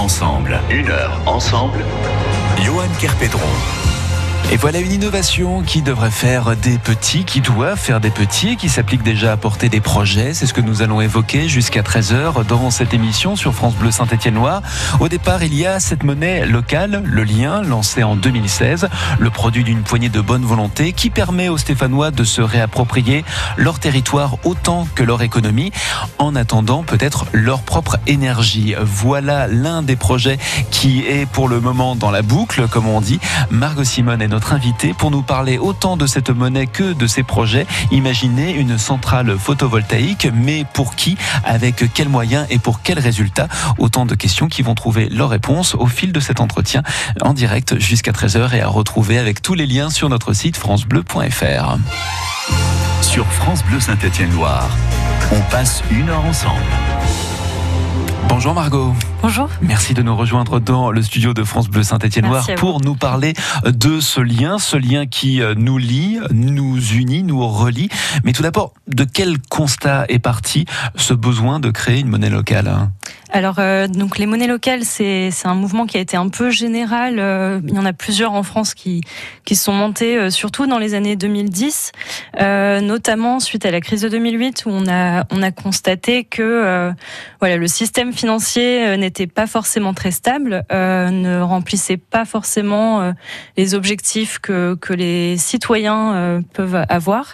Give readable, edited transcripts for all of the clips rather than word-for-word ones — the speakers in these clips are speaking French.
ensemble. 1 heure ensemble. Johan Kerpedron. Et voilà une innovation qui devrait faire des petits, qui doit faire des petits et qui s'applique déjà à porter des projets. C'est ce que nous allons évoquer jusqu'à 13h dans cette émission sur France Bleu Saint-Étienne-Loire. Au départ, il y a cette monnaie locale, le lien, lancé en 2016, le produit d'une poignée de bonne volonté qui permet aux Stéphanois de se réapproprier leur territoire autant que leur économie, en attendant peut-être leur propre énergie. Voilà l'un des projets qui est pour le moment dans la boucle, comme on dit. Margot Simone est notre invitée pour nous parler autant de cette monnaie que de ses projets. Imaginez une centrale photovoltaïque, mais pour qui, avec quels moyens et pour quels résultats? Autant de questions qui vont trouver leur réponse au fil de cet entretien en direct jusqu'à 13h et à retrouver avec tous les liens sur notre site francebleu.fr. Sur France Bleu Saint-Étienne-Loire, on passe 1 heure ensemble. Bonjour Margot. Bonjour. Merci de nous rejoindre dans le studio de France Bleu Saint-Étienne-Loire pour nous parler de ce lien qui nous lie, nous unit, nous relie. Mais tout d'abord, de quel constat est parti ce besoin de créer une monnaie locale ? Alors, donc les monnaies locales, c'est un mouvement qui a été un peu général. Il y en a plusieurs en France qui sont montés, surtout dans les années 2010, notamment suite à la crise de 2008, où on a constaté que le système financier n'était pas forcément très stable, ne remplissait pas forcément les objectifs que les citoyens peuvent avoir,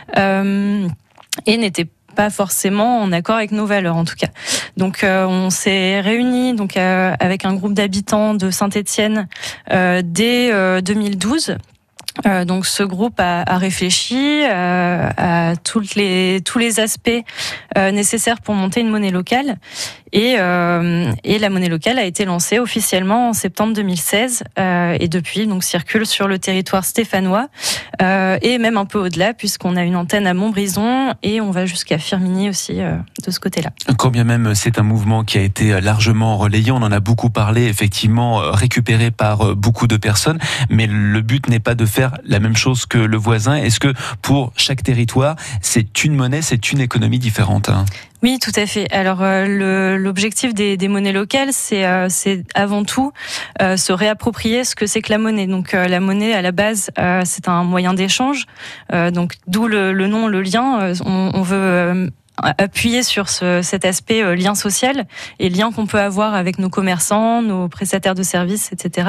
et n'était pas forcément en accord avec nos valeurs en tout cas. Donc on s'est réunis avec un groupe d'habitants de Saint-Étienne dès 2012. Donc ce groupe a réfléchi à tous les aspects nécessaires pour monter une monnaie locale et la monnaie locale a été lancée officiellement en septembre 2016 et depuis donc circule sur le territoire stéphanois et même un peu au-delà puisqu'on a une antenne à Montbrison et on va jusqu'à Firminy aussi de ce côté-là. Quand bien même c'est un mouvement qui a été largement relayé, on en a beaucoup parlé, effectivement récupéré par beaucoup de personnes, mais le but n'est pas de faire la même chose que le voisin. Est-ce que pour chaque territoire, c'est une monnaie, c'est une économie différente ? Oui, tout à fait. Alors l'objectif des monnaies locales, c'est avant tout se réapproprier ce que c'est que la monnaie. Donc la monnaie à la base, c'est un moyen d'échange. Donc d'où le nom, le lien. On veut appuyer sur cet aspect lien social et lien qu'on peut avoir avec nos commerçants, nos prestataires de services, etc.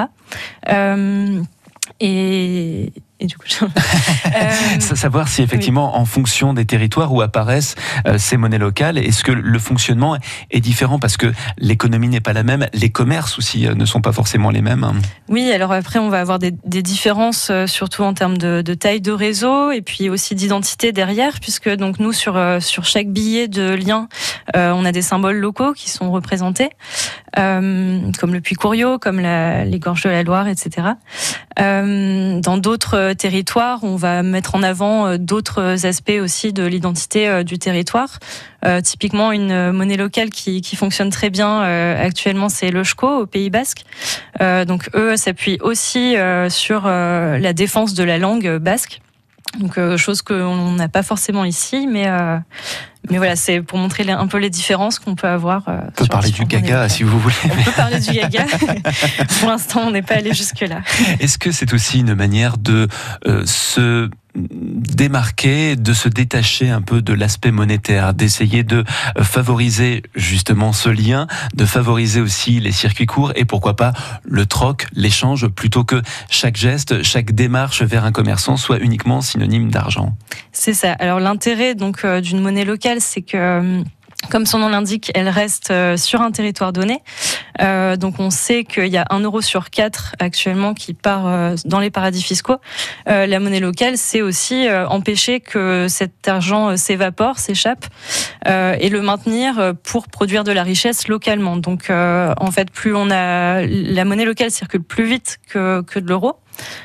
Et du coup, savoir si effectivement, en fonction des territoires où apparaissent ces monnaies locales, est-ce que le fonctionnement est différent parce que l'économie n'est pas la même, les commerces aussi ne sont pas forcément les mêmes. Oui, alors après on va avoir des différences surtout en termes de taille de réseau et puis aussi d'identité derrière, puisque donc nous sur chaque billet de lien, on a des symboles locaux qui sont représentés, comme le Puy Couriot, comme les Gorges de la Loire, etc. Dans d'autres territoires, on va mettre en avant d'autres aspects aussi de l'identité du territoire. Typiquement, une monnaie locale qui fonctionne très bien actuellement, c'est le Schko au Pays Basque. Donc eux s'appuient aussi sur la défense de la langue basque. Donc chose qu'on n'a pas forcément ici, mais voilà, c'est pour montrer un peu les différences qu'on peut avoir. On peut parler du gaga si vous voulez. On peut parler du gaga. Pour l'instant, on n'est pas allé jusque-là. Est-ce que c'est aussi une manière de se démarquer, de se détacher un peu de l'aspect monétaire, d'essayer de favoriser justement ce lien, de favoriser aussi les circuits courts et pourquoi pas le troc, l'échange, plutôt que chaque geste, chaque démarche vers un commerçant soit uniquement synonyme d'argent? C'est ça. Alors l'intérêt donc d'une monnaie locale, c'est que comme son nom l'indique, elle reste sur un territoire donné. Donc on sait qu'il y a 1 euro sur 4 actuellement qui part dans les paradis fiscaux. La monnaie locale, c'est aussi empêcher que cet argent s'évapore, s'échappe, et le maintenir pour produire de la richesse localement. Donc en fait, plus on a la monnaie locale circule plus vite que de l'euro.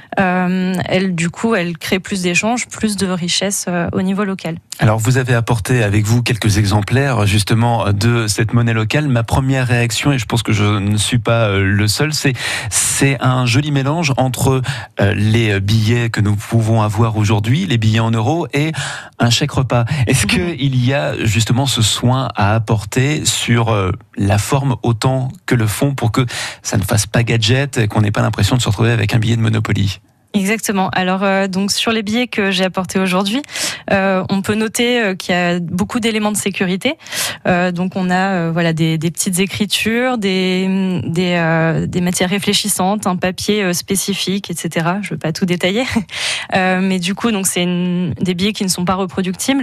elle crée plus d'échanges, plus de richesse au niveau local. Alors vous avez apporté avec vous quelques exemplaires justement de cette monnaie locale. Ma première réaction, et je pense que je ne suis pas le seul, c'est un joli mélange entre les billets que nous pouvons avoir aujourd'hui, les billets en euros, et un chèque repas. Est-ce qu'il y a justement ce soin à apporter sur la forme autant que le fond pour que ça ne fasse pas gadget et qu'on n'ait pas l'impression de se retrouver avec un billet de Monopoly ? Exactement. Alors donc sur les billets que j'ai apportés aujourd'hui, on peut noter qu'il y a beaucoup d'éléments de sécurité. Donc on a des petites écritures, des matières réfléchissantes, un papier spécifique, etc. Je veux pas tout détailler, mais du coup donc c'est des billets qui ne sont pas reproductibles.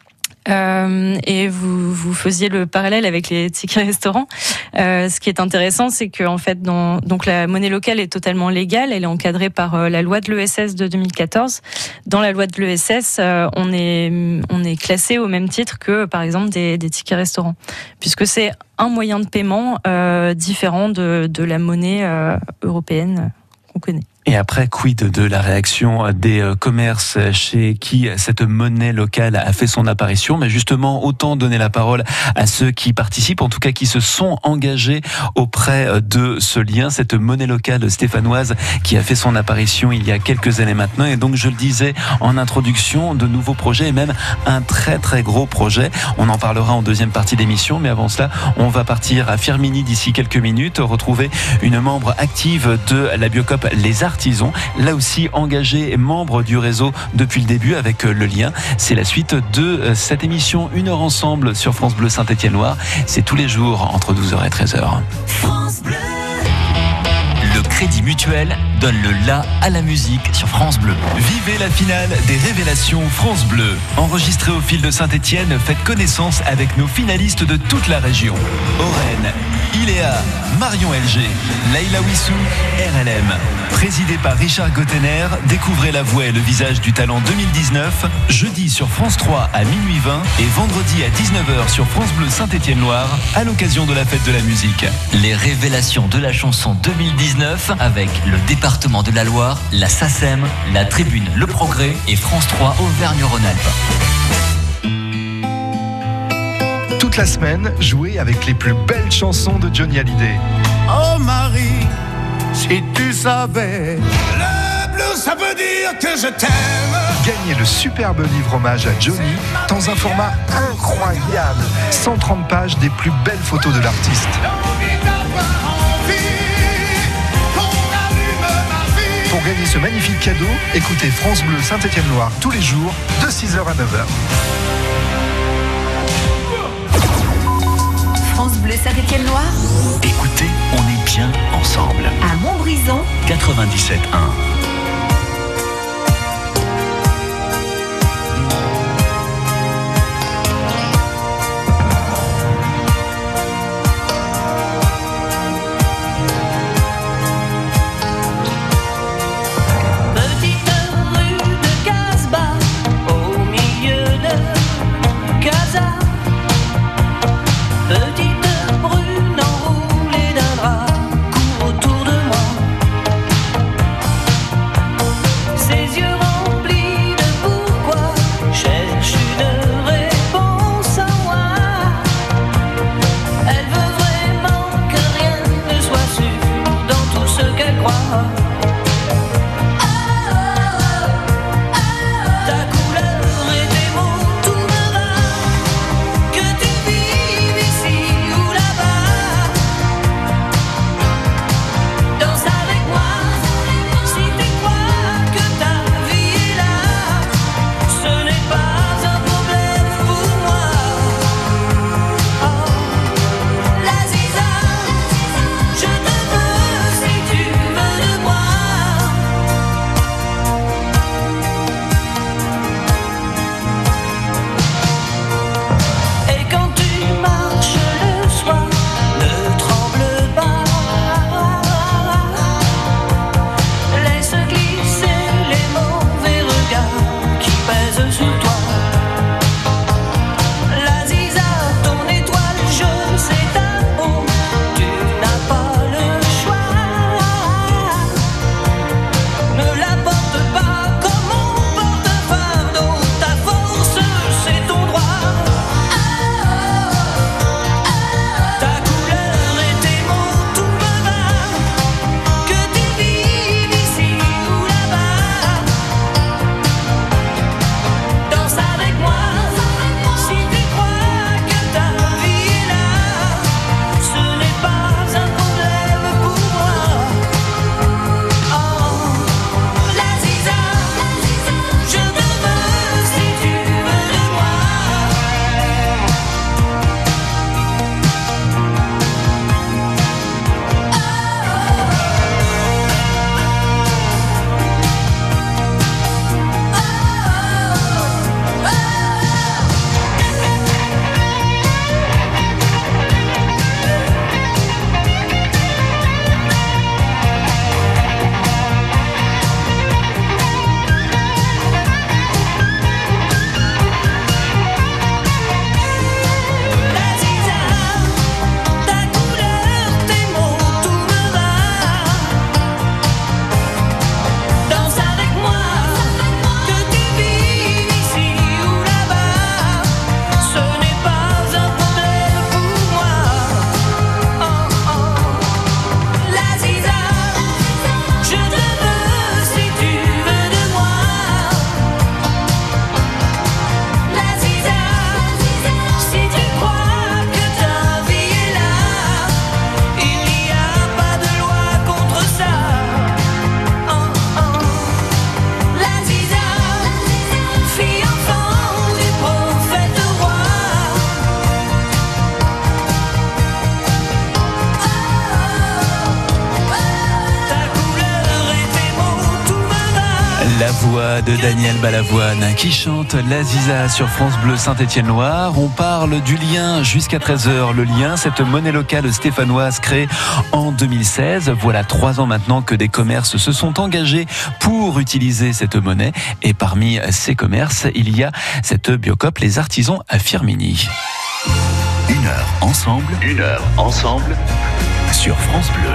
Et vous faisiez le parallèle avec les tickets restaurants. Ce qui est intéressant, c'est que en fait, donc la monnaie locale est totalement légale. Elle est encadrée par la loi de l'ESS de 2014. Dans la loi de l'ESS, on est classé au même titre que, par exemple, des tickets restaurants, puisque c'est un moyen de paiement différent de la monnaie européenne qu'on connaît. Et après, quid de la réaction des commerces chez qui cette monnaie locale a fait son apparition? Mais justement, autant donner la parole à ceux qui participent, en tout cas qui se sont engagés auprès de ce lien, cette monnaie locale stéphanoise qui a fait son apparition il y a quelques années maintenant. Et donc, je le disais en introduction, de nouveaux projets et même un très très gros projet. On en parlera en deuxième partie d'émission, mais avant cela, on va partir à Firminy d'ici quelques minutes, retrouver une membre active de la Biocoop Les Artisans, là aussi engagé et membre du réseau depuis le début avec le lien. C'est la suite de cette émission 1 heure ensemble sur France Bleu Saint-Étienne-Loire. C'est tous les jours entre 12h et 13h. France Bleu. Le Crédit Mutuel donne le la à la musique sur France Bleu. Vivez la finale des révélations France Bleu. Enregistrée au fil de Saint-Étienne, faites connaissance avec nos finalistes de toute la région. Oren, Iléa, Marion LG, Leïla Wissou, RLM. Présidé par Richard Gottener, découvrez la voix et le visage du talent 2019, jeudi sur France 3 à minuit 20 et vendredi à 19h sur France Bleu Saint-Étienne-Loire à l'occasion de la fête de la musique. Les révélations de la chanson 2019 avec le département de la Loire, la SACEM, la Tribune Le Progrès et France 3 Auvergne-Rhône-Alpes. Toute la semaine, jouez avec les plus belles chansons de Johnny Hallyday. Oh Marie, si tu savais, le blues ça veut dire que je t'aime. Gagnez le superbe livre hommage à Johnny dans un format incroyable. 130 pages des plus belles photos de l'artiste. Pour gagner ce magnifique cadeau, écoutez France Bleu Saint-Étienne-Loire tous les jours de 6h à 9h. France Bleu Saint-Étienne-Loire. Écoutez, on est bien ensemble. À Montbrison. 97.1. voix de Daniel Balavoine qui chante l'Aziza sur France Bleu Saint-Étienne-Loire. On parle du lien jusqu'à 13h. Le lien, cette monnaie locale stéphanoise créée en 2016. Voilà 3 ans maintenant que des commerces se sont engagés pour utiliser cette monnaie. Et parmi ces commerces, il y a cette Biocoop, les artisans à Firminy. 1 heure ensemble sur France Bleu.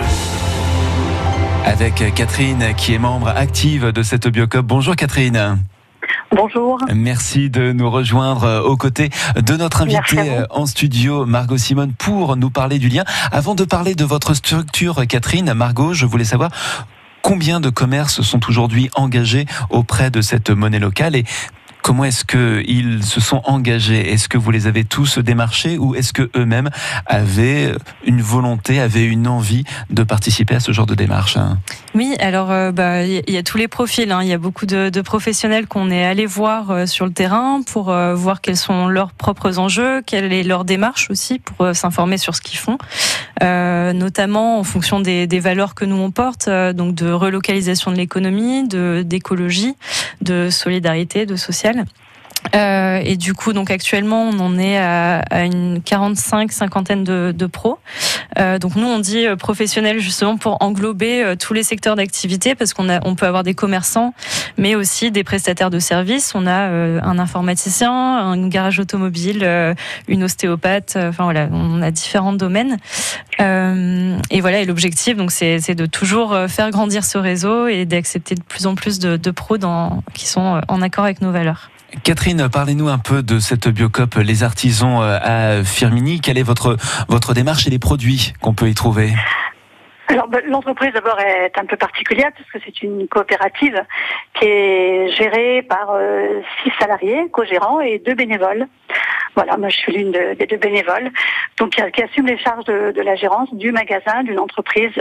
Avec Catherine qui est membre active de cette Biocoop. Bonjour Catherine. Bonjour. Merci de nous rejoindre aux côtés de notre invitée en studio, Margot Simone, pour nous parler du lien. Avant de parler de votre structure, Catherine, Margot, je voulais savoir combien de commerces sont aujourd'hui engagés auprès de cette monnaie locale et comment est-ce qu'ils se sont engagés? Est-ce que vous les avez tous démarchés ou est-ce que eux-mêmes avaient une volonté, avaient une envie de participer à ce genre de démarche? Oui, alors il y a tous les profils. Il y a beaucoup de professionnels qu'on est allés voir sur le terrain pour voir quels sont leurs propres enjeux, quelle est leur démarche aussi pour s'informer sur ce qu'ils font, notamment en fonction des valeurs que nous on porte, donc de relocalisation de l'économie, d'écologie, de solidarité, de social. Et du coup, donc actuellement, on en est à une 45-50 de pros. Donc nous, on dit professionnels justement pour englober tous les secteurs d'activité, parce on peut avoir des commerçants, mais aussi des prestataires de services. On a un informaticien, un garage automobile, une ostéopathe. Enfin voilà, on a différents domaines. Et voilà, et l'objectif, donc, c'est de toujours faire grandir ce réseau et d'accepter de plus en plus de pros qui sont en accord avec nos valeurs. Catherine, parlez-nous un peu de cette Biocoop, les artisans à Firminy. Quelle est votre démarche et les produits qu'on peut y trouver? Alors, l'entreprise d'abord est un peu particulière parce que c'est une coopérative qui est gérée par 6 salariés, co-gérants et 2 bénévoles. Voilà, moi je suis l'une des 2 bénévoles, donc qui assume les charges de la gérance du magasin, d'une entreprise,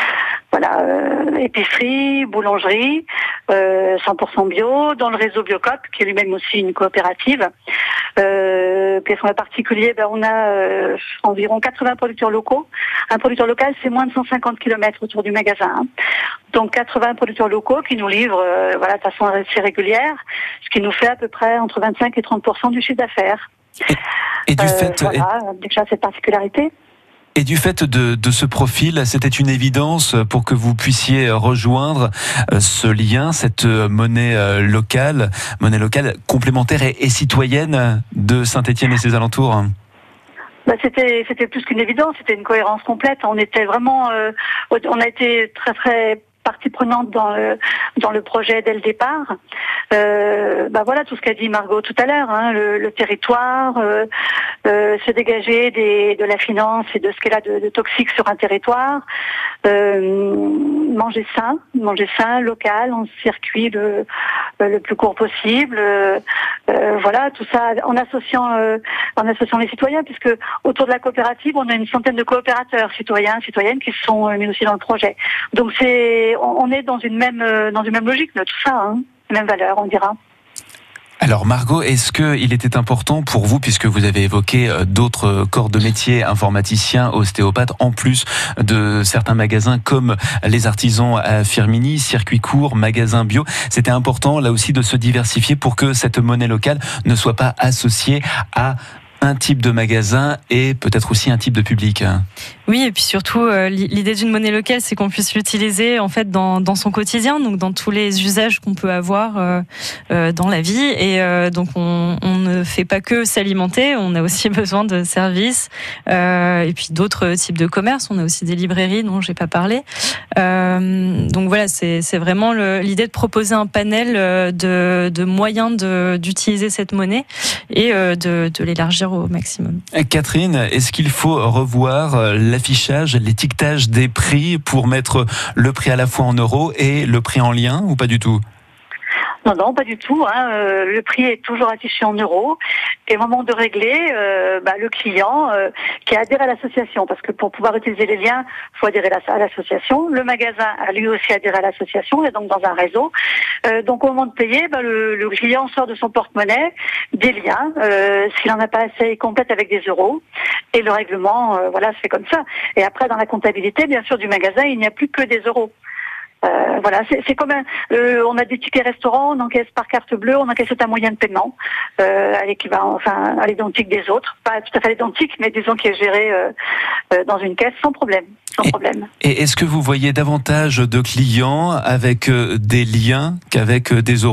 épicerie, boulangerie, 100% bio, dans le réseau Biocoop, qui est lui-même aussi une coopérative. Qu'est-ce qu'on a particulier? On a environ 80 producteurs locaux. Un producteur local, c'est moins de 150 km autour du magasin. Donc 80 producteurs locaux qui nous livrent de façon assez régulière, ce qui nous fait à peu près entre 25 et 30% du chiffre d'affaires. Et du fait, déjà cette particularité. Et du fait de ce profil, c'était une évidence pour que vous puissiez rejoindre ce lien, cette monnaie locale complémentaire et citoyenne de Saint-Étienne et ses alentours. C'était plus qu'une évidence, c'était une cohérence complète. On était vraiment, on a été très très partie prenante dans le projet dès le départ. Tout ce qu'a dit Margot tout à l'heure, le territoire, se dégager de la finance et de ce qu'elle a de toxique sur un territoire, manger sain, local, en circuit le plus court possible. Tout ça en associant les citoyens, puisque autour de la coopérative, on a une centaine de coopérateurs, citoyennes qui sont mis aussi dans le projet. Donc on est dans une même logique de tout ça, les mêmes valeurs, on dira. Alors Margot, est-ce qu'il était important pour vous, puisque vous avez évoqué d'autres corps de métier, informaticiens, ostéopathes, en plus de certains magasins comme les artisans à Firminy, circuit court, magasins bio, c'était important là aussi de se diversifier pour que cette monnaie locale ne soit pas associée à un type de magasin et peut-être aussi un type de public. Oui, et puis surtout, l'idée d'une monnaie locale, c'est qu'on puisse l'utiliser en fait dans son quotidien, donc dans tous les usages qu'on peut avoir dans la vie. Et donc on ne fait pas que s'alimenter, on a aussi besoin de services et puis d'autres types de commerces. On a aussi des librairies dont j'ai pas parlé. Donc voilà, c'est vraiment l'idée de proposer un panel de moyens d'utiliser cette monnaie et de l'élargir au maximum. Catherine, est-ce qu'il faut revoir l'affichage, l'étiquetage des prix pour mettre le prix à la fois en euros et le prix en lien ou pas du tout? Non, pas du tout. Le prix est toujours affiché en euros. Et au moment de régler, le client qui a adhéré à l'association, parce que pour pouvoir utiliser les liens, il faut adhérer à l'association. Le magasin a lui aussi adhéré à l'association, et donc dans un réseau. Donc au moment de payer, le client sort de son porte-monnaie des liens. S'il n'en a pas assez, il complète avec des euros. Et le règlement, c'est comme ça. Et après, dans la comptabilité, bien sûr, du magasin, il n'y a plus que des euros. Voilà, c'est comme on a des tickets restaurants, on encaisse par carte bleue, on encaisse un moyen de paiement à l'équivalent, enfin à l'identique des autres, pas tout à fait l'identique, mais disons qui est géré dans une caisse sans problème. Et est-ce que vous voyez davantage de clients avec des liens qu'avec des euros ?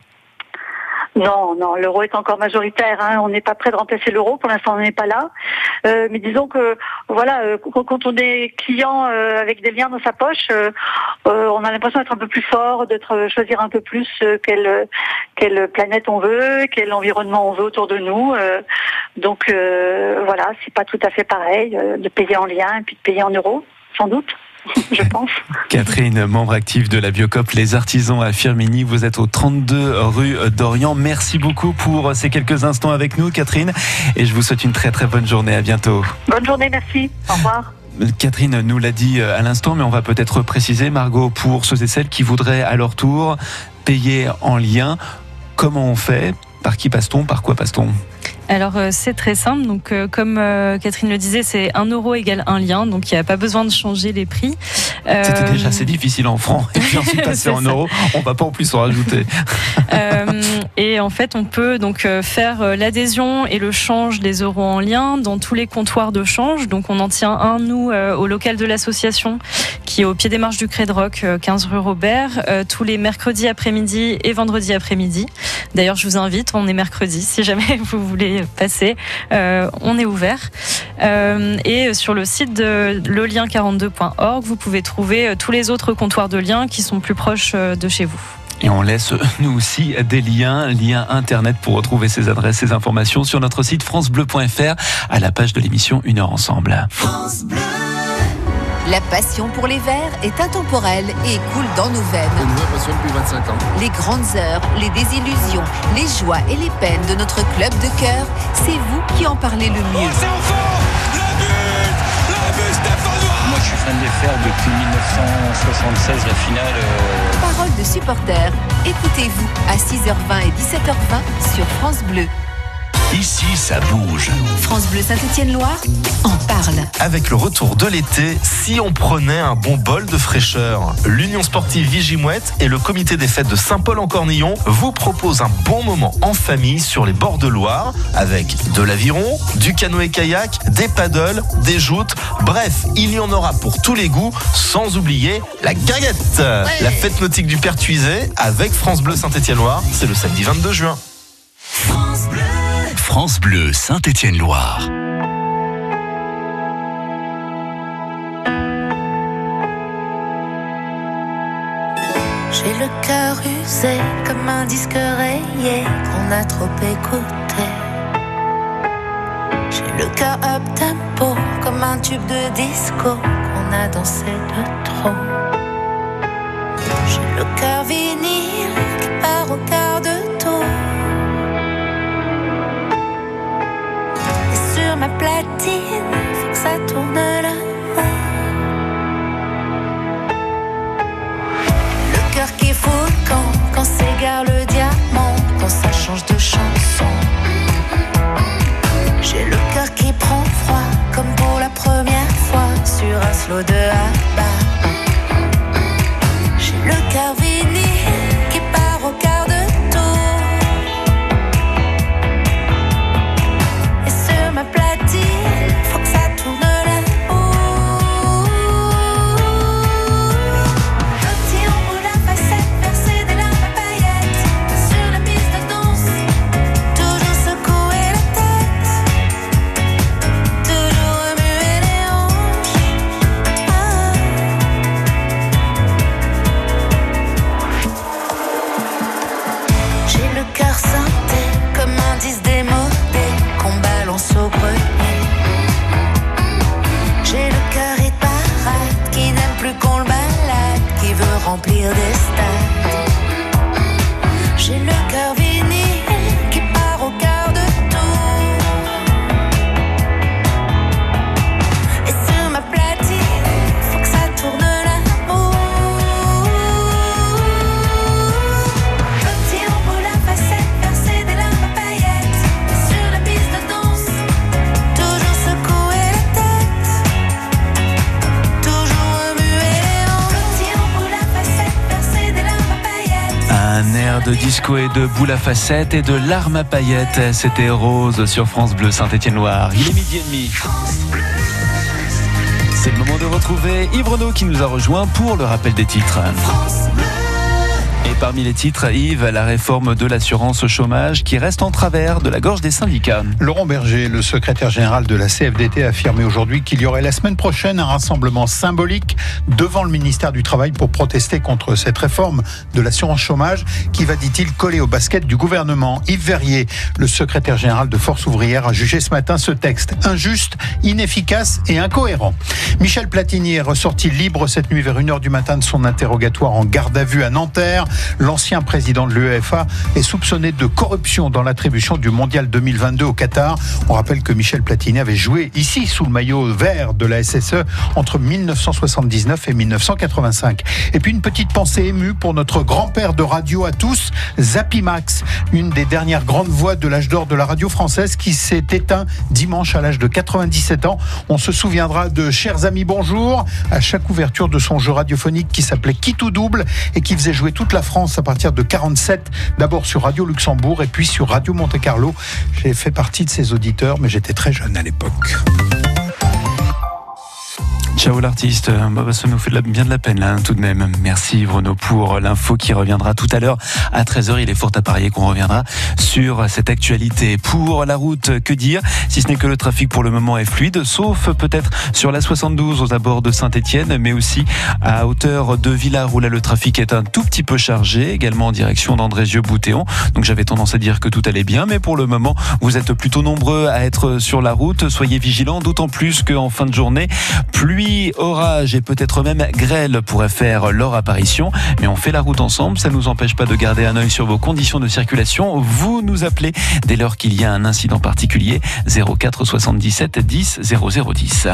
Non, l'euro est encore majoritaire. On n'est pas prêt de remplacer l'euro. Pour l'instant, on n'est pas là. Mais disons que, voilà, quand on est client avec des liens dans sa poche, on a l'impression d'être un peu plus fort, choisir un peu plus quelle planète on veut, quel environnement on veut autour de nous. Donc, voilà, c'est pas tout à fait pareil de payer en lien et puis de payer en euros, sans doute. Je pense. Catherine, membre active de la Biocoop Les Artisans à Firminy, vous êtes au 32 rue d'Orient. Merci beaucoup pour ces quelques instants avec nous, Catherine, et je vous souhaite une très très bonne journée. À bientôt. Bonne journée, merci. Au revoir. Catherine nous l'a dit à l'instant, mais on va peut-être préciser, Margot, pour ceux et celles qui voudraient à leur tour payer en lien, comment on fait ? Par qui passe-t-on ? Par quoi passe-t-on ? Alors c'est très simple, donc comme Catherine le disait, c'est 1 euro égale 1 lien, donc il n'y a pas besoin de changer les prix. C'était déjà assez difficile en francs, et puis ensuite passer en euros, on ne va pas en plus en rajouter. Et en fait on peut donc faire l'adhésion et le change des euros en lien dans tous les comptoirs de change, donc on en tient un nous au local de l'association qui est au pied des marches du Cré de Roc, 15 rue Robert, tous les mercredis après-midi et vendredis après-midi. D'ailleurs je vous invite, on est mercredi, si jamais vous voulez passer, on est ouvert. Et sur le site de lelien42.org, vous pouvez trouver tous les autres comptoirs de liens qui sont plus proches de chez vous. Et on laisse nous aussi des liens internet pour retrouver ces adresses, ces informations sur notre site francebleu.fr à la page de l'émission 1 heure ensemble. France Bleu. La passion pour les verts est intemporelle et coule dans nos veines. Une vraie passion depuis 25 ans. Les grandes heures, les désillusions, les joies et les peines de notre club de cœur, c'est vous qui en parlez le mieux. Oh, c'est enfant. Le but stéphanois. Moi je suis fan des Fers depuis 1976, la finale. Parole de supporters, écoutez-vous à 6h20 et 17h20 sur France Bleu. Ici, ça bouge. France Bleu Saint-Étienne-Loire en parle. Avec le retour de l'été, si on prenait un bon bol de fraîcheur, l'Union sportive Vigimouette et le comité des fêtes de Saint-Paul-en-Cornillon vous proposent un bon moment en famille sur les bords de Loire avec de l'aviron, du canoë-kayak, des paddles, des joutes. Bref, il y en aura pour tous les goûts, sans oublier la guinguette. Ouais. La fête nautique du Pertuisé avec France Bleu Saint-Étienne-Loire, c'est le samedi 22 juin. France Bleu. France Bleu Saint-Étienne-Loire. J'ai le cœur usé comme un disque rayé qu'on a trop écouté. J'ai le cœur up tempo comme un tube de disco qu'on a dansé de trop. J'ai le cœur vinyle qui part au quart de tour. Sur ma platine, faut que ça tourne là-bas. Le cœur qui fout le camp quand s'égare le diamant, quand ça change de chanson. J'ai le cœur qui prend froid comme pour la première fois sur un slow de ABBA. J'ai le cœur vinyle qui part au quart de tour. Ma platine, faut que ça tourne là-haut. Petit en bout la facette, verser des larmes à paillettes. Sur la piste de danse, toujours secouer la tête. Toujours remuer les hanches. J'ai le cœur synthé comme un disque démodé qu'on balance au grenier. J'ai le cœur et parade qui n'aime plus qu'on le balade, qui veut remplir des stades. J'ai le cœur vinyle qui part au quart de tour. Et sur ma platine, faut que ça tourne là-haut. Petit en bout la facette, verser des larmes à paillettes. Sur la piste de danse, toujours secouer la tête. Toujours remuer les hanches. Petit en bout la facette. de disco et de boule à facettes et de larmes à paillettes. C'était Rose sur France Bleu Saint-Étienne-Loire. Il est 12h30. C'est le moment de retrouver Yves Renaud qui nous a rejoint pour le rappel des titres. Et parmi les titres, Yves, la réforme de l'assurance chômage qui reste en travers de la gorge des syndicats. Laurent Berger, le secrétaire général de la CFDT, a affirmé aujourd'hui qu'il y aurait la semaine prochaine un rassemblement symbolique devant le ministère du Travail pour protester contre cette réforme de l'assurance chômage qui va, dit-il, coller au basket du gouvernement. Yves Verrier, le secrétaire général de Force ouvrière, a jugé ce matin ce texte injuste, inefficace et incohérent. Michel Platini est ressorti libre cette nuit vers 1h du matin de son interrogatoire en garde à vue à Nanterre. L'ancien président de l'UEFA est soupçonné de corruption dans l'attribution du Mondial 2022 au Qatar. On rappelle que Michel Platini avait joué ici sous le maillot vert de la SSE entre 1979 et 1985. Et puis une petite pensée émue pour notre grand-père de radio à tous, Zappy Max, une des dernières grandes voix de l'âge d'or de la radio française qui s'est éteint dimanche à l'âge de 97 ans. On se souviendra de Chers amis, bonjour à chaque ouverture de son jeu radiophonique qui s'appelait Qui tout double et qui faisait jouer toute la France à partir de 47, d'abord sur Radio Luxembourg et puis sur Radio Monte Carlo. J'ai fait partie de ces auditeurs, mais j'étais très jeune à l'époque. Ciao l'artiste, ça nous fait bien de la peine là, tout de même. Merci Bruno pour l'info qui reviendra tout à l'heure à 13h. Il est fort à parier qu'on reviendra sur cette actualité. Pour la route, que dire, si ce n'est que le trafic pour le moment est fluide, sauf peut-être sur la 72 aux abords de Saint-Étienne, mais aussi à hauteur de Villars où là le trafic est un tout petit peu chargé, également en direction d'Andrézieux-Boutéon. Donc j'avais tendance à dire que tout allait bien, mais pour le moment vous êtes plutôt nombreux à être sur la route. Soyez vigilants, d'autant plus qu'en fin de journée, pluie, orage et peut-être même grêle pourraient faire leur apparition. Mais on fait la route ensemble, ça ne nous empêche pas de garder un œil sur vos conditions de circulation. Vous nous appelez dès lors qu'il y a un incident particulier. 04 77 10 0010.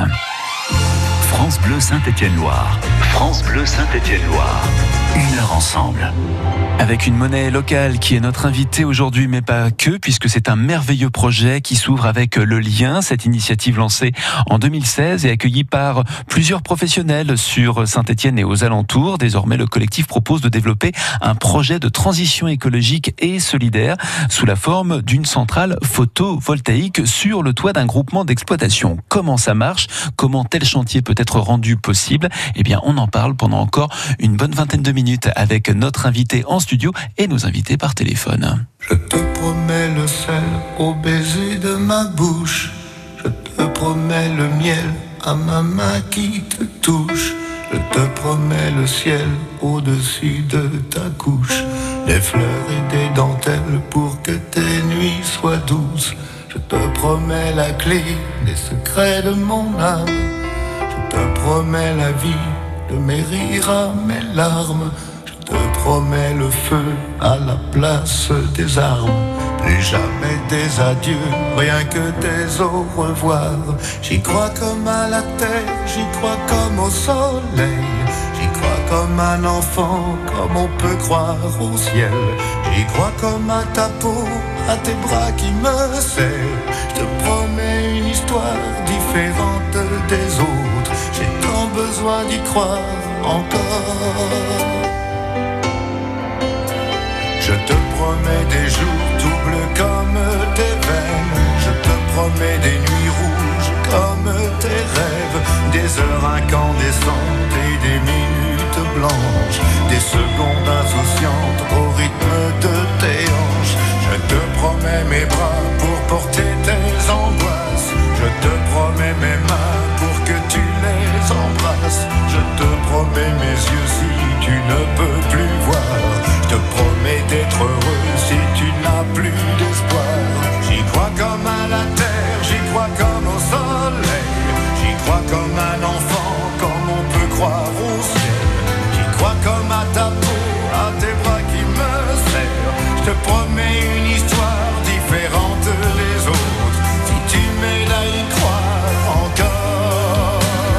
France Bleu Saint-Étienne-Loire. France Bleu Saint-Étienne-Loire. 1 heure ensemble. Avec une monnaie locale qui est notre invitée aujourd'hui, mais pas que, puisque c'est un merveilleux projet qui s'ouvre avec Le Lien. Cette initiative lancée en 2016 et accueillie par plusieurs professionnels sur Saint-Étienne et aux alentours. Désormais, le collectif propose de développer un projet de transition écologique et solidaire sous la forme d'une centrale photovoltaïque sur le toit d'un groupement d'exploitation. Comment ça marche? Comment tel chantier peut être rendu possible? Eh bien, on en parle pendant encore une bonne vingtaine de minutes avec notre invité en studio et nos invités par téléphone. Je te promets le sel au baiser de ma bouche. Je te promets le miel à ma main qui te touche. Je te promets le ciel au-dessus de ta couche. Des fleurs et des dentelles pour que tes nuits soient douces. Je te promets la clé des secrets de mon âme. Je te promets la vie de mes rires à mes larmes. Je te promets le feu à la place des armes. Plus jamais des adieux, rien que des au revoir. J'y crois comme à la terre, j'y crois comme au soleil. J'y crois comme un enfant, comme on peut croire au ciel. J'y crois comme à ta peau, à tes bras qui me serrent. Je te promets une histoire différente des autres. J'ai tant besoin d'y croire encore. Je te promets des jours doubles comme tes veines. Je te promets des nuits rouges comme tes rêves. Des heures incandescentes et des minutes blanches. Des secondes insouciantes au rythme de tes hanches. Je te promets mes bras pour porter tes angoisses. Je te promets mes mains pour que tu les embrasses. Je te promets mes yeux si tu ne peux plus voir. Je te promets d'être heureux si tu n'as plus d'espoir. J'y crois comme à la terre, j'y crois comme au soleil. J'y crois comme un enfant, comme on peut croire au ciel. J'y crois comme à ta peau, à tes bras qui me serrent. Je te promets une histoire différente des autres. Si tu m'aides à y croire encore.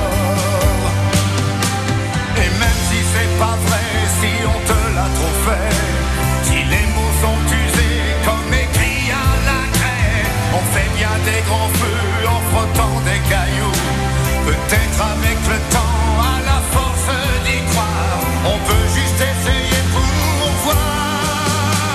Et même si c'est pas vrai, si on te l'a trop fait, si les mots sont usés comme écrits à la craie, on fait bien des grands feux en frottant des cailloux. Peut-être avec le temps, à la force d'y croire, on peut juste essayer pour voir.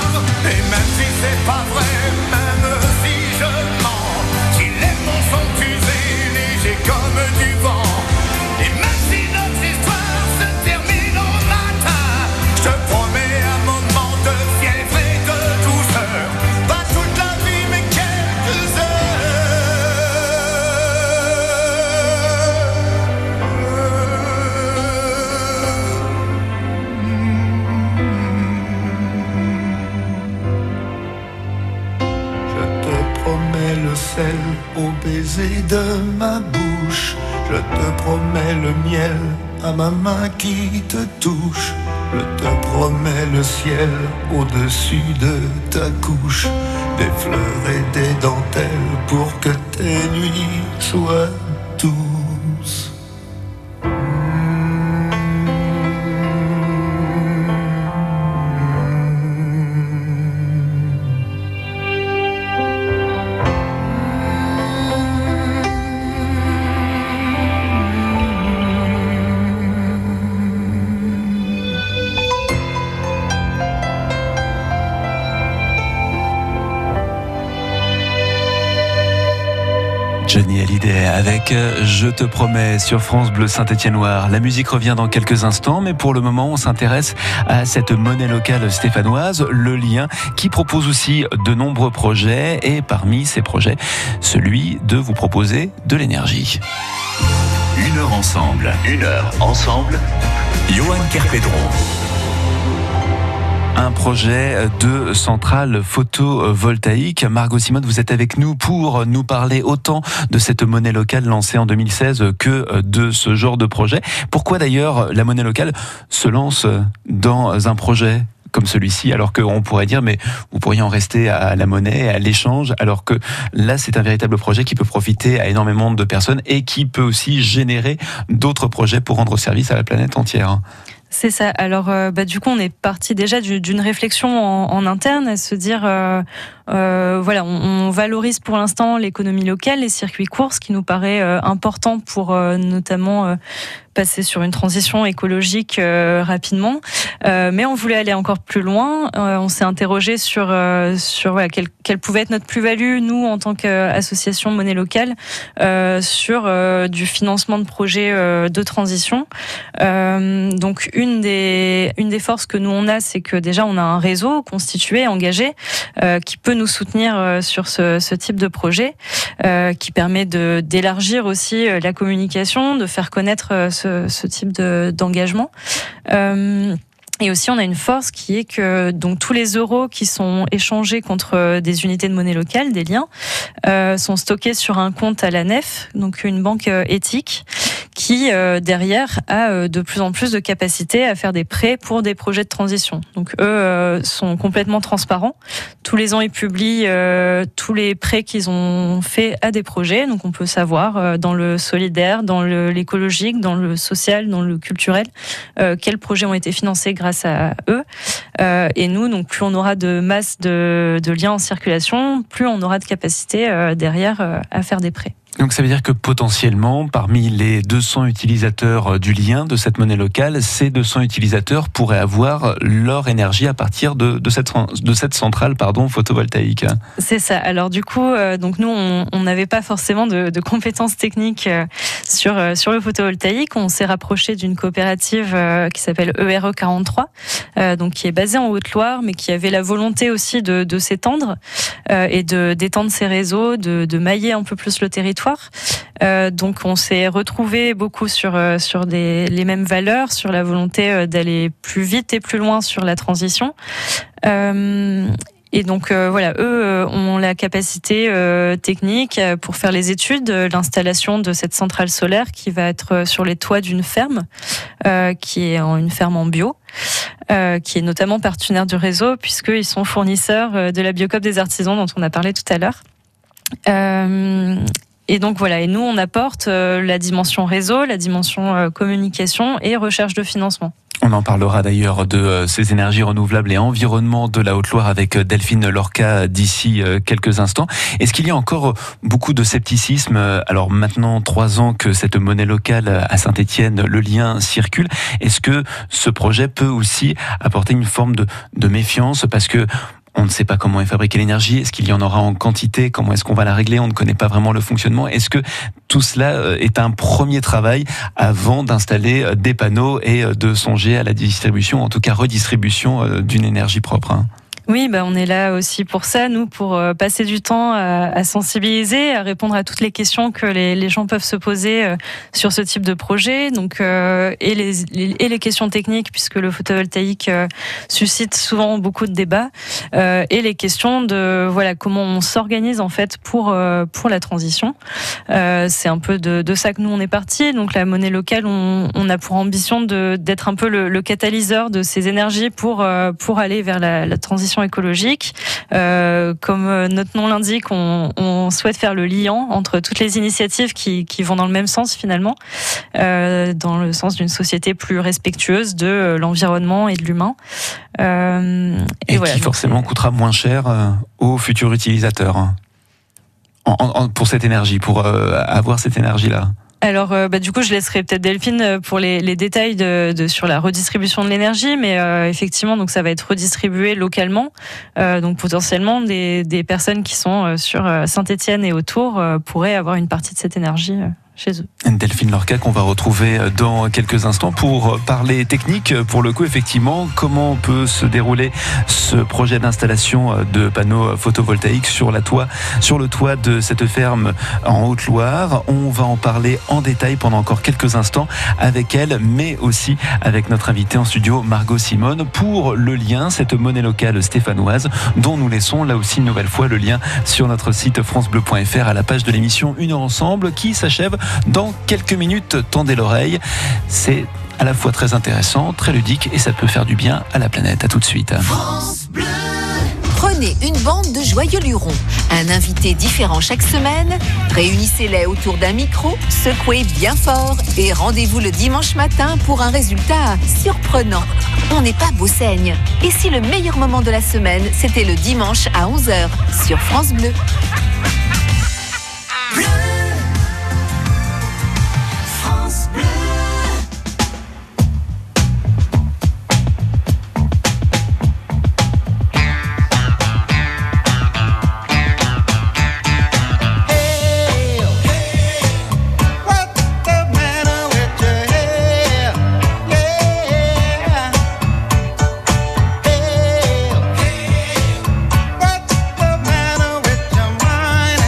ciel au baiser de ma bouche. Je te promets le miel à ma main qui te touche. Je te promets le ciel au-dessus de ta couche. Des fleurs et des dentelles pour que tes nuits soient douces. Johnny Hallyday avec Je te promets sur France Bleu Saint-Étienne-Loire. La musique revient dans quelques instants, mais pour le moment, on s'intéresse à cette monnaie locale stéphanoise, Le Lien, qui propose aussi de nombreux projets et parmi ces projets, celui de vous proposer de l'énergie. 1 heure ensemble. 1 heure ensemble. Johan Kerpedron. Un projet de centrale photovoltaïque. Margot Simone, vous êtes avec nous pour nous parler autant de cette monnaie locale lancée en 2016 que de ce genre de projet. Pourquoi d'ailleurs la monnaie locale se lance dans un projet comme celui-ci, alors qu'on pourrait dire mais vous pourriez en rester à la monnaie, à l'échange, alors que là c'est un véritable projet qui peut profiter à énormément de personnes et qui peut aussi générer d'autres projets pour rendre service à la planète entière. C'est ça. Alors, du coup, on est parti déjà d'une réflexion en interne, à se dire, voilà, on valorise pour l'instant l'économie locale, les circuits courts, ce qui nous paraît important pour notamment passer sur une transition écologique rapidement. Mais on voulait aller encore plus loin. On s'est interrogé sur voilà, quelle pouvait être notre plus-value, nous, en tant qu'association monnaie locale, sur du financement de projets de transition. Donc, une des forces que nous on a, c'est que déjà on a un réseau constitué, engagé, qui peut nous soutenir sur ce type de projet, qui permet d'élargir aussi la communication, de faire connaître ce type d'engagement. Et aussi, on a une force qui est que donc tous les euros qui sont échangés contre des unités de monnaie locale, des liens, sont stockés sur un compte à la NEF, donc une banque éthique, qui derrière a de plus en plus de capacité à faire des prêts pour des projets de transition. Donc eux sont complètement transparents. Tous les ans, ils publient tous les prêts qu'ils ont faits à des projets. Donc on peut savoir dans le solidaire, dans l'écologique, dans le social, dans le culturel, quels projets ont été financés grâce à eux. Et nous, donc plus on aura de masse de liens en circulation, plus on aura de capacité derrière à faire des prêts. Donc ça veut dire que potentiellement, parmi les 200 utilisateurs du lien de cette monnaie locale, ces 200 utilisateurs pourraient avoir leur énergie à partir de cette centrale photovoltaïque. C'est ça. Alors du coup, donc nous, on n'avait pas forcément de compétences techniques sur le photovoltaïque. On s'est rapproché d'une coopérative qui s'appelle ERE 43, donc qui est basée en Haute-Loire, mais qui avait la volonté aussi de s'étendre et d'étendre ses réseaux, de mailler un peu plus le territoire. Donc on s'est retrouvé beaucoup sur les mêmes valeurs, sur la volonté d'aller plus vite et plus loin sur la transition. Et donc voilà, eux ont la capacité technique pour faire les études, l'installation de cette centrale solaire qui va être sur les toits d'une ferme, qui est une ferme en bio, qui est notamment partenaire du réseau puisqu'ils sont fournisseurs de la Biocoop des artisans dont on a parlé tout à l'heure. Et donc voilà, et nous on apporte la dimension réseau, la dimension communication et recherche de financement. On en parlera d'ailleurs de ces énergies renouvelables et environnement de la Haute-Loire avec Delphine Lorca d'ici quelques instants. Est-ce qu'il y a encore beaucoup de scepticisme? Alors maintenant 3 ans que cette monnaie locale à Saint-Étienne, Le Lien, circule. Est-ce que ce projet peut aussi apporter une forme de méfiance parce que on ne sait pas comment est fabriquée l'énergie, est-ce qu'il y en aura en quantité, comment est-ce qu'on va la régler, on ne connaît pas vraiment le fonctionnement. Est-ce que tout cela est un premier travail avant d'installer des panneaux et de songer à la distribution, en tout cas redistribution d'une énergie propre? Oui, on est là aussi pour ça, nous, pour passer du temps à sensibiliser, à répondre à toutes les questions que les gens peuvent se poser sur ce type de projet. Donc, et les questions techniques, puisque le photovoltaïque suscite souvent beaucoup de débats, et les questions de comment on s'organise en fait pour la transition. C'est un peu de ça que nous on est parti. Donc la monnaie locale, on a pour ambition d'être un peu le catalyseur de ces énergies pour aller vers la transition écologique. Comme notre nom l'indique, on souhaite faire le liant entre toutes les initiatives qui vont dans le même sens finalement, dans le sens d'une société plus respectueuse de l'environnement et de l'humain. Et qui forcément coûtera moins cher aux futurs utilisateurs pour cette énergie, pour avoir cette énergie-là. Alors, du coup, je laisserai peut-être Delphine pour les détails sur la redistribution de l'énergie, mais effectivement, donc ça va être redistribué localement. Donc, potentiellement, des personnes qui sont sur Saint-Étienne et autour pourraient avoir une partie de cette énergie chez eux. Delphine Lorca qu'on va retrouver dans quelques instants pour parler technique. Pour le coup, effectivement, comment peut se dérouler ce projet d'installation de panneaux photovoltaïques sur le toit de cette ferme en Haute-Loire. On va en parler en détail pendant encore quelques instants avec elle, mais aussi avec notre invitée en studio, Margot Simone, pour le lien, cette monnaie locale stéphanoise, dont nous laissons là aussi une nouvelle fois le lien sur notre site francebleu.fr à la page de l'émission Une heure ensemble qui s'achève dans quelques minutes. Tendez l'oreille, c'est à la fois très intéressant, très ludique et ça peut faire du bien à la planète. À tout de suite. France Bleu. Prenez une bande de joyeux lurons, un invité différent chaque semaine, réunissez-les autour d'un micro, secouez bien fort et rendez-vous le dimanche matin pour un résultat surprenant. On n'est pas Beauseigne. Et si le meilleur moment de la semaine, c'était le dimanche à 11h sur France Bleu. What's the matter with your mind?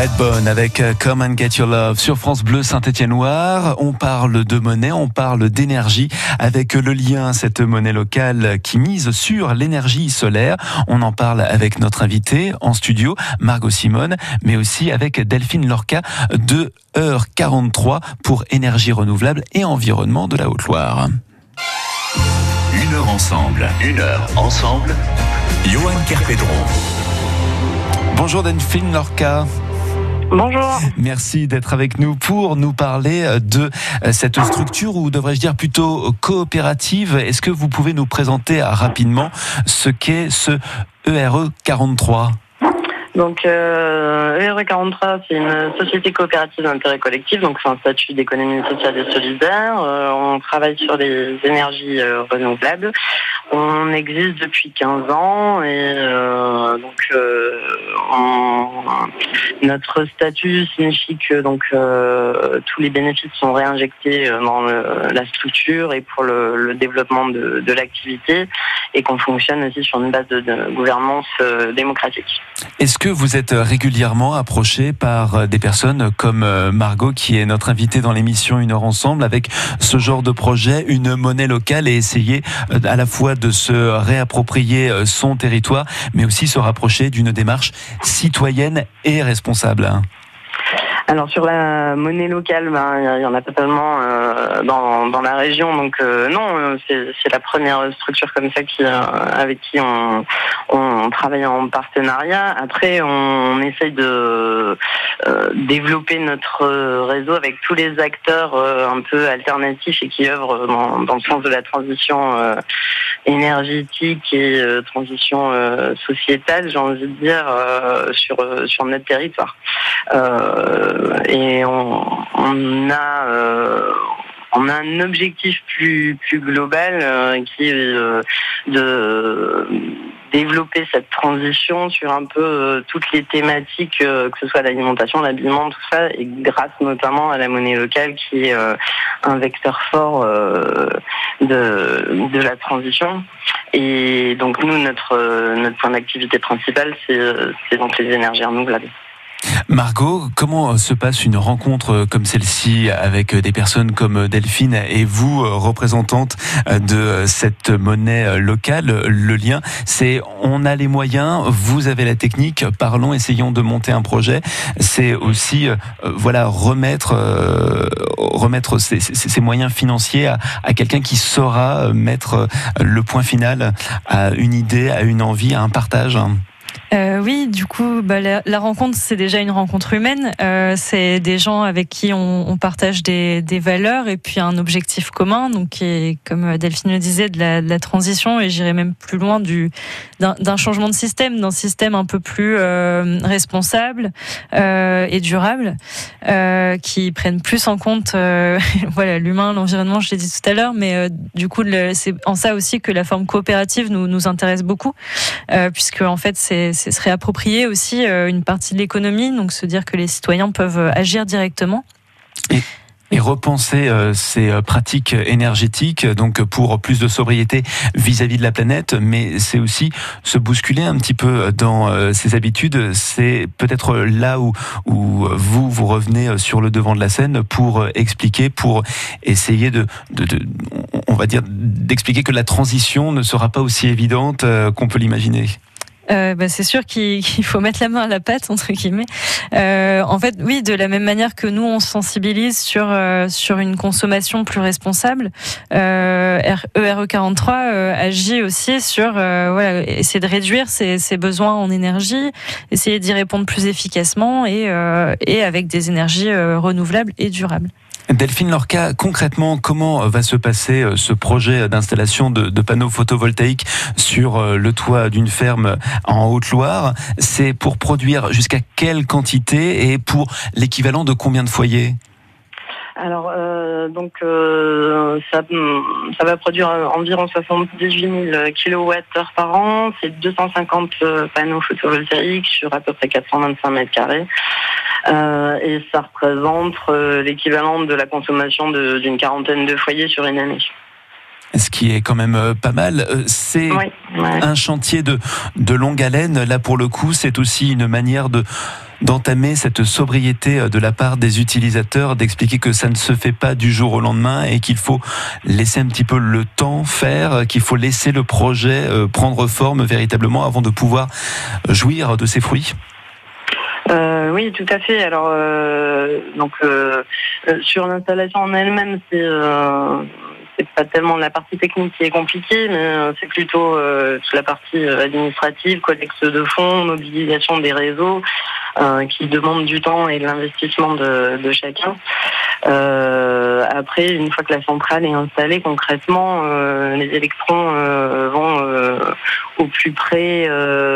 Redbone avec Come and Get Your Love sur France Bleu Saint-Étienne-Loire. On parle de monnaie, on parle d'énergie avec le lien, cette monnaie locale qui mise sur l'énergie solaire. On en parle avec notre invité en studio, Margot Simone, mais aussi avec Delphine Lorca de Heure 43 pour énergie renouvelable et environnement de la Haute-Loire. Une heure ensemble, Johan Kerpedron. Bonjour Delphine Lorca. Bonjour. Merci d'être avec nous pour nous parler de cette structure, ou devrais-je dire plutôt coopérative. Est-ce que vous pouvez nous présenter rapidement ce qu'est ce ERE 43 ? Donc, ERE 43, c'est une société coopérative d'intérêt collectif, donc c'est un statut d'économie sociale et solidaire. On travaille sur les énergies renouvelables. On existe depuis 15 ans et notre statut signifie que tous les bénéfices sont réinjectés dans la structure et pour le développement de l'activité, et qu'on fonctionne aussi sur une base de gouvernance démocratique. Est-ce que vous êtes régulièrement approché par des personnes comme Margot, qui est notre invitée dans l'émission Une heure ensemble, avec ce genre de projet, une monnaie locale, et essayer à la fois de se réapproprier son territoire, mais aussi se rapprocher d'une démarche citoyenne et responsable? Alors sur la monnaie locale, il y en a totalement dans la région, donc non, c'est la première structure comme ça avec qui on travaille en partenariat. Après, on essaye de développer notre réseau avec tous les acteurs un peu alternatifs et qui œuvrent dans le sens de la transition énergétique et transition sociétale, j'ai envie de dire, sur notre territoire. Et on a un objectif plus global qui est de développer cette transition sur un peu toutes les thématiques, que ce soit l'alimentation, l'habillement, tout ça, et grâce notamment à la monnaie locale qui est un vecteur fort de la transition. Et donc nous, notre point d'activité principal, c'est donc les énergies renouvelables. Margot, comment se passe une rencontre comme celle-ci avec des personnes comme Delphine et vous, représentante de cette monnaie locale? Le lien, c'est on a les moyens, vous avez la technique, parlons, essayons de monter un projet. C'est aussi remettre ces moyens financiers à quelqu'un qui saura mettre le point final à une idée, à une envie, à un partage. Oui, du coup, la rencontre, c'est déjà une rencontre humaine. C'est des gens avec qui on partage des valeurs et puis un objectif commun, donc qui est, comme Delphine le disait, de la transition, et j'irais même plus loin d'un changement de système, d'un système un peu plus responsable et durable, qui prenne plus en compte l'humain, l'environnement, je l'ai dit tout à l'heure, mais du coup, c'est en ça aussi que la forme coopérative nous intéresse beaucoup, puisque en fait, c'est se réapproprier aussi une partie de l'économie, donc se dire que les citoyens peuvent agir directement. Et repenser ces pratiques énergétiques, donc pour plus de sobriété vis-à-vis de la planète, mais c'est aussi se bousculer un petit peu dans ses habitudes. C'est peut-être là où vous revenez sur le devant de la scène pour expliquer, pour essayer on va dire, d'expliquer que la transition ne sera pas aussi évidente qu'on peut l'imaginer. C'est sûr qu'il faut mettre la main à la pâte, entre guillemets. En fait, oui, de la même manière que nous, on se sensibilise sur une consommation plus responsable, ERE 43 agit aussi sur essayer de réduire ses besoins en énergie, essayer d'y répondre plus efficacement et avec des énergies renouvelables et durables. Delphine Lorca, concrètement, comment va se passer ce projet d'installation de panneaux photovoltaïques sur le toit d'une ferme en Haute-Loire? C'est pour produire jusqu'à quelle quantité et pour l'équivalent de combien de foyers? Alors, ça va produire environ 78 000 kWh par an. C'est 250 panneaux photovoltaïques sur à peu près 425 mètres carrés. Et ça représente l'équivalent de la consommation d'une quarantaine de foyers sur une année. Ce qui est quand même pas mal. C'est un chantier de longue haleine. Là, pour le coup, c'est aussi une manière d'entamer cette sobriété de la part des utilisateurs, d'expliquer que ça ne se fait pas du jour au lendemain et qu'il faut laisser un petit peu le temps faire, qu'il faut laisser le projet prendre forme véritablement avant de pouvoir jouir de ses fruits. Oui, tout à fait. Alors, sur l'installation en elle-même, c'est pas tellement la partie technique qui est compliquée, mais c'est plutôt toute la partie administrative, collecte de fonds, mobilisation des réseaux, qui demande du temps et de l'investissement de chacun. Après, une fois que la centrale est installée, concrètement, les électrons vont au plus près.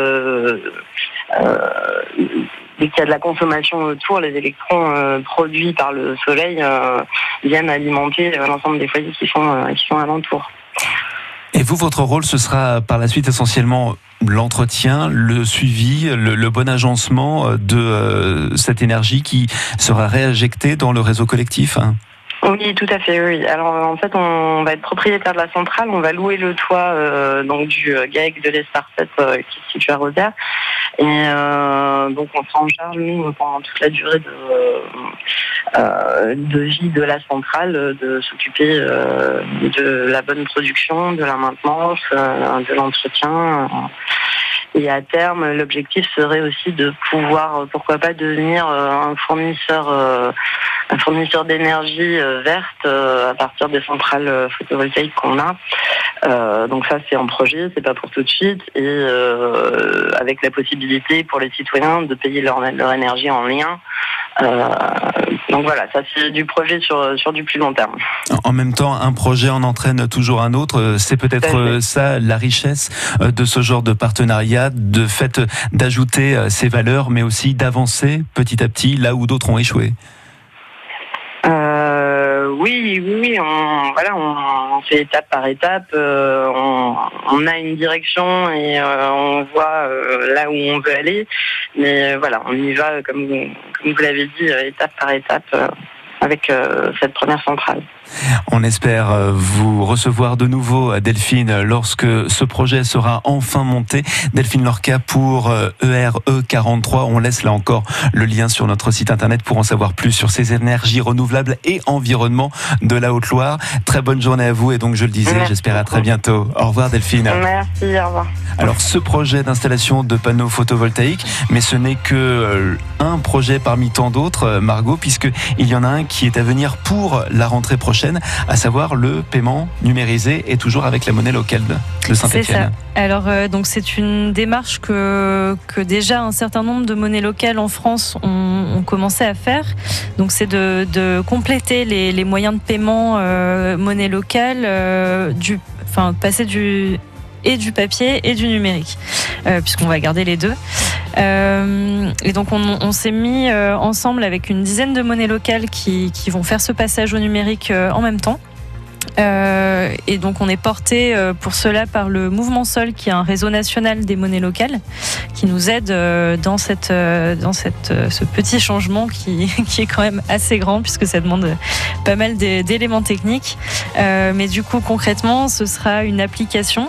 Dès qu'il y a de la consommation autour, les électrons produits par le soleil viennent alimenter l'ensemble des foyers qui sont alentour. Et vous, votre rôle, ce sera par la suite essentiellement l'entretien, le suivi, le bon agencement de cette énergie qui sera réinjectée dans le réseau collectif, hein. Oui, tout à fait, oui. Alors, en fait, on va être propriétaire de la centrale, on va louer le toit du GAEC de l'Esparcet qui se situe à Rosières. Et donc, on sera en charge, nous, pendant toute la durée de vie de la centrale, de s'occuper de la bonne production, de la maintenance, de l'entretien. Et à terme, l'objectif serait aussi de pouvoir, pourquoi pas, devenir un fournisseur d'énergie verte à partir des centrales photovoltaïques qu'on a. Donc ça, c'est en projet, c'est pas pour tout de suite, et avec la possibilité pour les citoyens de payer leur énergie en lien. Donc voilà, ça c'est du projet sur du plus long terme. En même temps, un projet en entraîne toujours un autre. C'est peut-être ça la richesse de ce genre de partenariat, de fait d'ajouter ces valeurs, mais aussi d'avancer petit à petit là où d'autres ont échoué. Oui, on fait étape par étape. On a une direction et on voit là où on veut aller. Mais voilà, on y va comme vous l'avez dit, étape par étape. Avec cette première centrale. On espère vous recevoir de nouveau, Delphine, lorsque ce projet sera enfin monté. Delphine Lorca pour ERE43. On laisse là encore le lien sur notre site internet pour en savoir plus sur ces énergies renouvelables et environnement de la Haute-Loire. Très bonne journée à vous et donc je le disais, j'espère à très bientôt. Au revoir Delphine. Merci, au revoir. Alors ce projet d'installation de panneaux photovoltaïques, mais ce n'est que un projet parmi tant d'autres, Margot, puisqu'il y en a un qui est à venir pour la rentrée prochaine, à savoir le paiement numérisé et toujours avec la monnaie locale de Saint-Étienne. C'est ça. Alors donc c'est une démarche que déjà un certain nombre de monnaies locales en France ont commencé à faire. Donc c'est de compléter les moyens de paiement monnaie locale, passer du papier et du numérique, puisqu'on va garder les deux. Et donc on s'est mis ensemble avec une dizaine de monnaies locales qui vont faire ce passage au numérique en même temps. Et donc on est porté pour cela par le Mouvement Sol, qui est un réseau national des monnaies locales, qui nous aide dans ce petit changement qui est quand même assez grand, puisque ça demande pas mal d'éléments techniques. Mais du coup concrètement, ce sera une application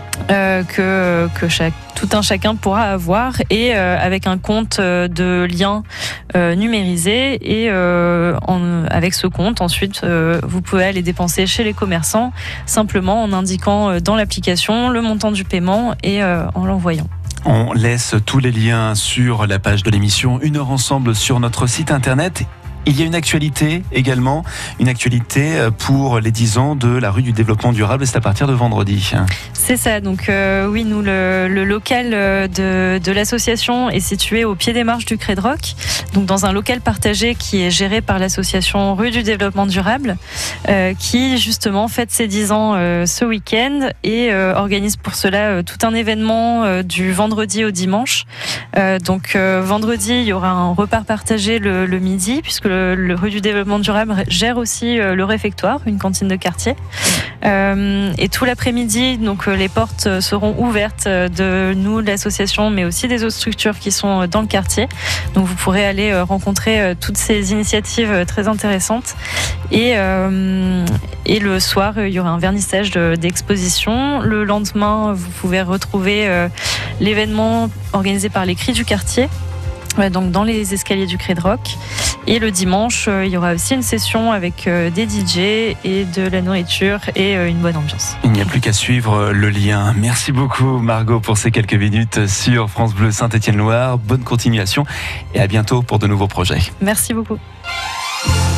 que tout un chacun pourra avoir, et avec un compte de lien numérisé, et avec ce compte ensuite vous pouvez aller dépenser chez les commerçants simplement en indiquant dans l'application le montant du paiement et en l'envoyant. On laisse tous les liens sur la page de l'émission Une heure ensemble sur notre site internet. Il y a une actualité également, une actualité pour les 10 ans de la rue du développement durable, et c'est à partir de vendredi. C'est ça, donc oui, nous le local de l'association est situé au pied des marches du Crédroc, donc dans un local partagé qui est géré par l'association Rue du développement durable, qui justement fête ses 10 ans ce week-end et organise pour cela tout un événement du vendredi au dimanche. Donc vendredi, il y aura un repas partagé le midi, puisque le le rue du développement durable gère aussi le réfectoire, une cantine de quartier. Et tout l'après-midi, donc les portes seront ouvertes de nous, de l'association, mais aussi des autres structures qui sont dans le quartier. Donc vous pourrez aller rencontrer toutes ces initiatives très intéressantes. Et le soir, il y aura un vernissage d'exposition. Le lendemain, vous pouvez retrouver l'événement organisé par les Cris du quartier, donc dans les escaliers du Cré de Roc. Et le dimanche, il y aura aussi une session avec des DJ et de la nourriture et une bonne ambiance. Il n'y a plus qu'à suivre le lien. Merci beaucoup Margot pour ces quelques minutes sur France Bleu Saint-Étienne-Loire. Bonne continuation et à bientôt pour de nouveaux projets. Merci beaucoup.